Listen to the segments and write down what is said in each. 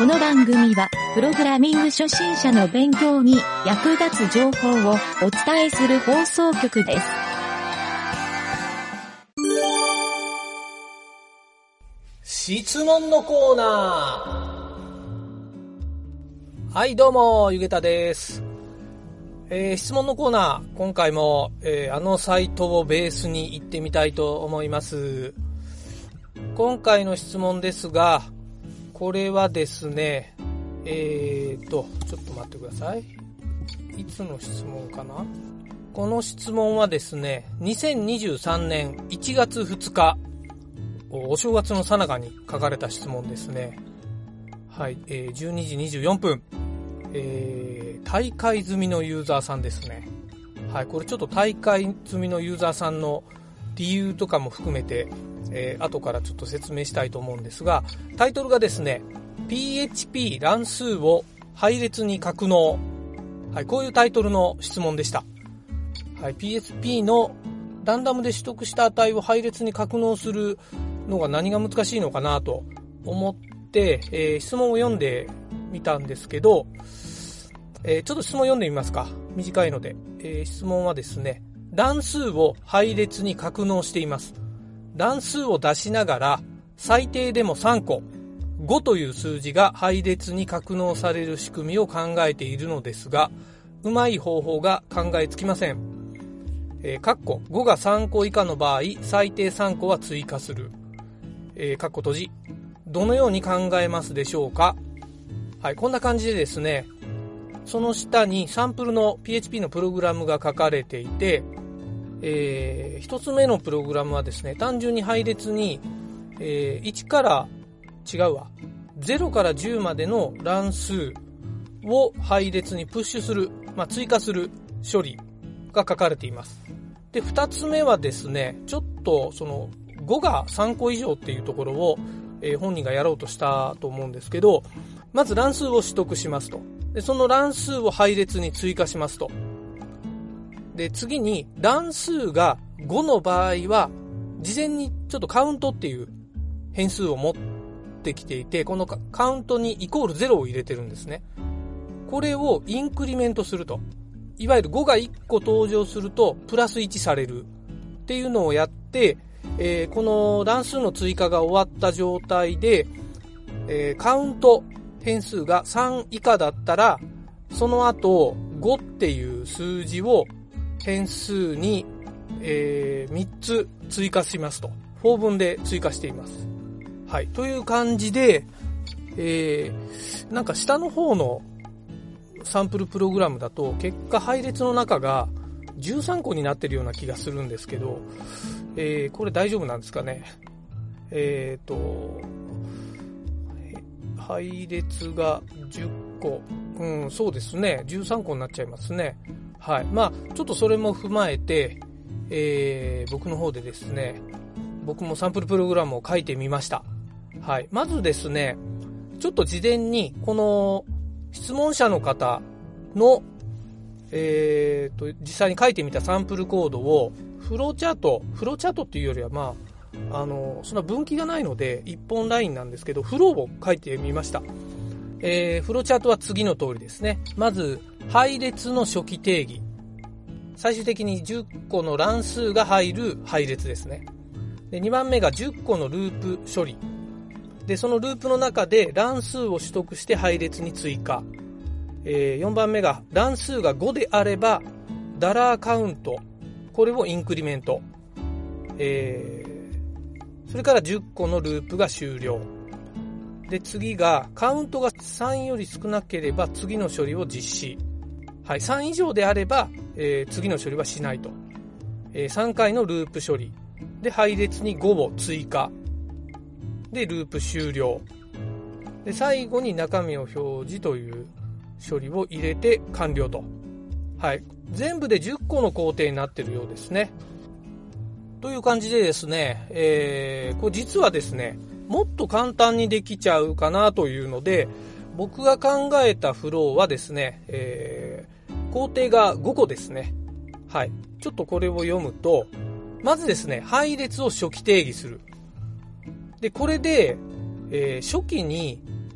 の番組は、プログラミング初心者の勉強に役立つ情報をお伝えする放送局です。 質問のコーナー。はい、どうも、ゆげたです。質問のコーナー、今回も、あのサイトをベースに行ってみたいと思います。今回の質問ですが、これはですね、ちょっと待ってください。いつの質問かな？この質問はですね、2023年1月2日、お正月の最中に書かれた質問ですね。はい、12時24分。大会済みのユーザーさんですね。はい、これちょっと大会済みのユーザーさんの理由とかも含めて、後からちょっと説明したいと思うんですが、タイトルがですね、PHP 乱数を配列に格納。はい、こういうタイトルの質問でした。はい、PHP のランダムで取得した値を配列に格納するのが何が難しいのかなと思って、質問を読んでみたんですけど、ちょっと質問読んでみますか。短いので、質問はですね、乱数を配列に格納しています。乱数を出しながら最低でも3個5という数字が配列に格納される仕組みを考えているのですが、うまい方法が考えつきません。5が3個以下の場合、最低3個は追加する。閉じ。どのように考えますでしょうか？はい、こんな感じでですね、その下にサンプルの PHP のプログラムが書かれていて、一つ目のプログラムはですね、単純に配列に、0から10までの乱数を配列にプッシュする、追加する処理が書かれています。で、二つ目はですね、ちょっとその5が3個以上っていうところを、本人がやろうとしたと思うんですけど、まず乱数を取得しますと。で、その乱数を配列に追加しますと。で、次に乱数が5の場合は、事前にちょっとカウントっていう変数を持ってきていて、このカウントにイコール0を入れてるんですね。これをインクリメントすると。いわゆる5が1個登場すると、プラス1されるっていうのをやって、この乱数の追加が終わった状態で、カウント変数が3以下だったら、その後5っていう数字を変数に、3つ追加しますと。4分で追加しています。はい。という感じで、なんか下の方のサンプルプログラムだと結果配列の中が13個になってるような気がするんですけど、これ大丈夫なんですかね。配列が10個。そうですね。13個になっちゃいますね。はい。ちょっとそれも踏まえて、僕の方でですね、僕もサンプルプログラムを書いてみました。はい。まずですね、ちょっと事前に、この質問者の方の、実際に書いてみたサンプルコードを、フローチャートっていうよりは、そんな分岐がないので、一本ラインなんですけど、フローを書いてみました。フローチャートは次の通りですね。まず、配列の初期定義。最終的に10個の乱数が入る配列ですね。で、2番目が10個のループ処理。で、そのループの中で乱数を取得して配列に追加。4番目が乱数が5であれば、ダラーカウント。これをインクリメント。それから10個のループが終了。で、次がカウントが3より少なければ次の処理を実施。はい、3以上であれば、次の処理はしないと。3回のループ処理。で、配列に5を追加。で、ループ終了。で、最後に中身を表示という処理を入れて完了と。はい。全部で10個の工程になっているようですね。という感じでですね、これ実はですね、もっと簡単にできちゃうかなというので、僕が考えたフローはですね、工程が5個ですね。はい。ちょっとこれを読むと、まずですね、配列を初期定義する。で、これで、初期に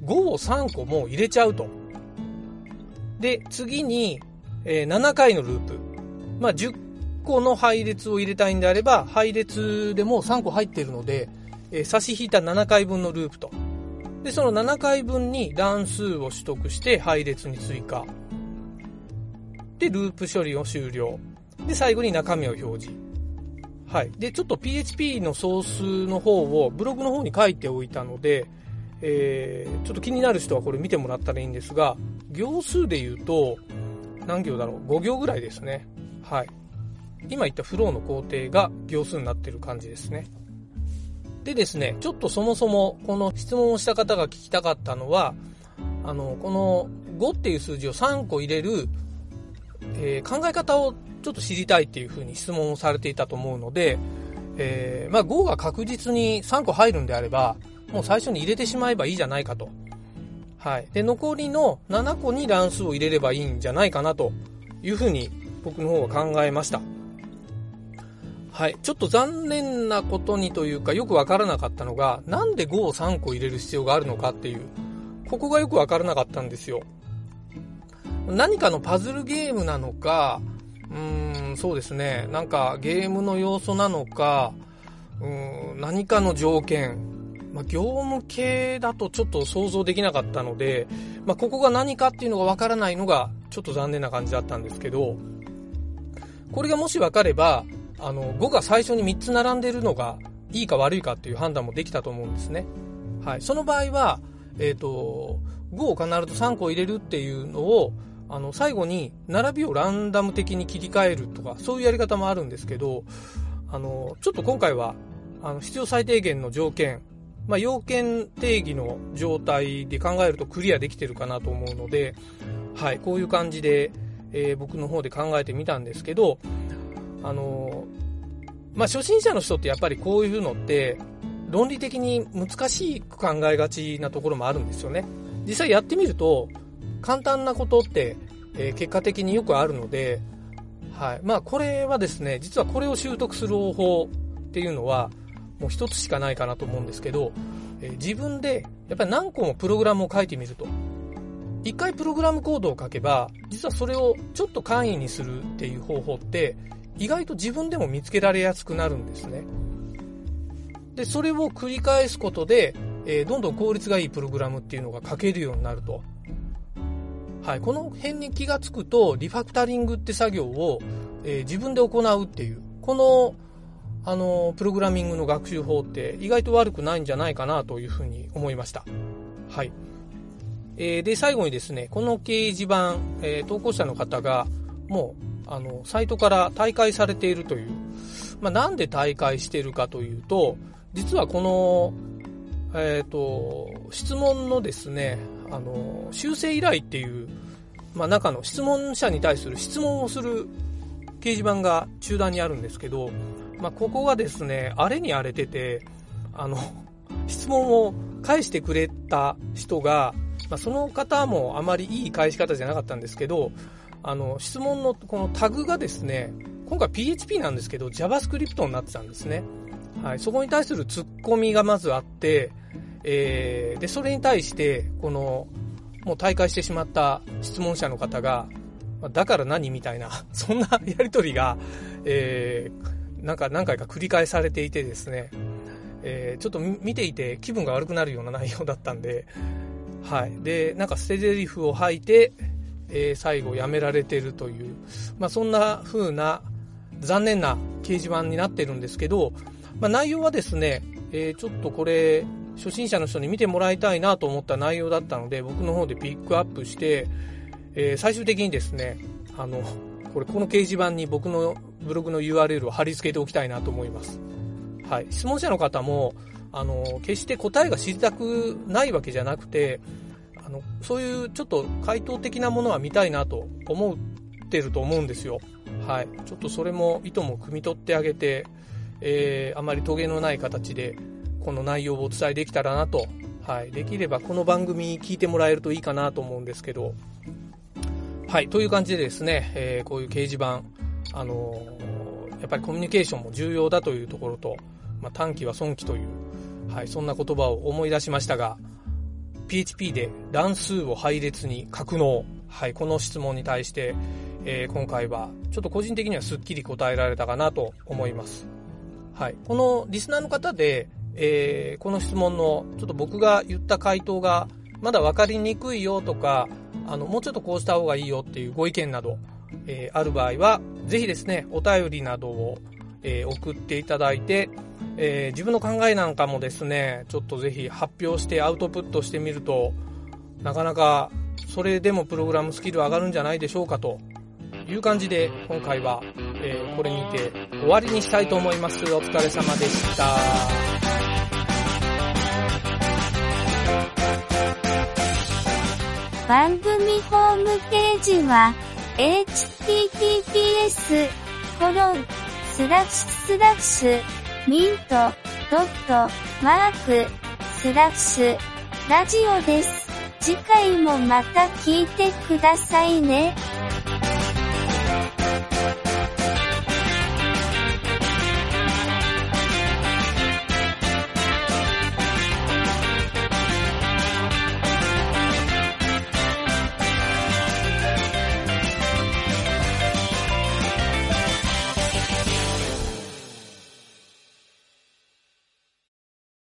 5を3個もう入れちゃうと。で、次に、7回のループ。10個の配列を入れたいんであれば、配列でもう3個入っているので、差し引いた7回分のループと。で、その7回分に乱数を取得して配列に追加。で、ループ処理を終了。で、最後に中身を表示。はい。で、ちょっと PHP のソースの方をブログの方に書いておいたので、ちょっと気になる人はこれ見てもらったらいいんですが、行数で言うと、何行だろう ?5 行ぐらいですね。はい。今言ったフローの工程が行数になってる感じですね。でですね、ちょっとそもそもこの質問をした方が聞きたかったのは、この5っていう数字を3個入れる、考え方をちょっと知りたいっていうふうに質問をされていたと思うので、5が確実に3個入るんであれば、もう最初に入れてしまえばいいじゃないかと。はい。で、残りの7個に乱数を入れればいいんじゃないかなというふうに僕の方は考えました。はい。ちょっと残念なことにというかよくわからなかったのが、なんで5を3個入れる必要があるのかっていう、ここがよくわからなかったんですよ。何かのパズルゲームなのか、そうですね。なんかゲームの要素なのか、何かの条件、業務系だとちょっと想像できなかったので、ここが何かっていうのがわからないのがちょっと残念な感じだったんですけど、これがもしわかれば、5が最初に3つ並んでいるのがいいか悪いかっていう判断もできたと思うんですね。はい。その場合は、5を必ず3個入れるっていうのを、最後に並びをランダム的に切り替えるとか、そういうやり方もあるんですけど、ちょっと今回は、必要最低限の条件、要件定義の状態で考えるとクリアできてるかなと思うので、はい、こういう感じで、僕の方で考えてみたんですけど、初心者の人ってやっぱりこういうのって論理的に難しく考えがちなところもあるんですよね。実際やってみると簡単なことって、結果的によくあるので、はい、これはですね、実はこれを習得する方法っていうのはもう一つしかないかなと思うんですけど、自分でやっぱり何個もプログラムを書いてみると、一回プログラムコードを書けば実はそれをちょっと簡易にするっていう方法って意外と自分でも見つけられやすくなるんですね。で、それを繰り返すことで、どんどん効率がいいプログラムっていうのが書けるようになると。はい、この辺に気がつくとリファクタリングって作業を、自分で行うっていうこのプログラミングの学習法って意外と悪くないんじゃないかなというふうに思いました。はい。で、最後にですね、この掲示板、投稿者の方がもうサイトから退会されているという、なんで退会しているかというと、実はこの、質問のですね、修正依頼っていう、中の質問者に対する質問をする掲示板が中段にあるんですけど、ここがですね、荒れに荒れてて、質問を返してくれた人が、その方もあまりいい返し方じゃなかったんですけど、質問のこのタグがですね、今回 PHP なんですけど JavaScript になってたんですね。はい、そこに対するツッコミがまずあって、でそれに対してもう退会してしまった質問者の方が、だから何みたいなそんなやり取りが、何回か繰り返されていてですね、ちょっと見ていて気分が悪くなるような内容だったんで、はい。で、捨て台詞を吐いて、最後やめられているという、そんな風な残念な掲示板になってるんですけど、内容はですね、ちょっとこれ初心者の人に見てもらいたいなと思った内容だったので、僕の方でピックアップして、最終的にですね、この掲示板に僕のブログの URL を貼り付けておきたいなと思います。はい。質問者の方も決して答えが知りたくないわけじゃなくて、そういうちょっと回答的なものは見たいなと思ってると思うんですよ。はい。ちょっとそれも意図も汲み取ってあげて、あまりトゲのない形でこの内容をお伝えできたらなと。はい。できればこの番組聞いてもらえるといいかなと思うんですけど。はい。という感じでですね、こういう掲示板、やっぱりコミュニケーションも重要だというところと、短期は損期という、はい、そんな言葉を思い出しましたが、 PHP で乱数を配列に格納。はい、この質問に対して、今回はちょっと個人的にはすっきり答えられたかなと思います。はい、このリスナーの方で、この質問のちょっと僕が言った回答がまだ分かりにくいよとか、もうちょっとこうした方がいいよっていうご意見など、ある場合はぜひですね、お便りなどを、送っていただいて、自分の考えなんかもですね、ちょっとぜひ発表してアウトプットしてみると、なかなかそれでもプログラムスキル上がるんじゃないでしょうかという感じで、今回は、これにて終わりにしたいと思います。お疲れ様でした。 番組ホームページは https://mint.work/ラジオです。次回もまた聞いてくださいね。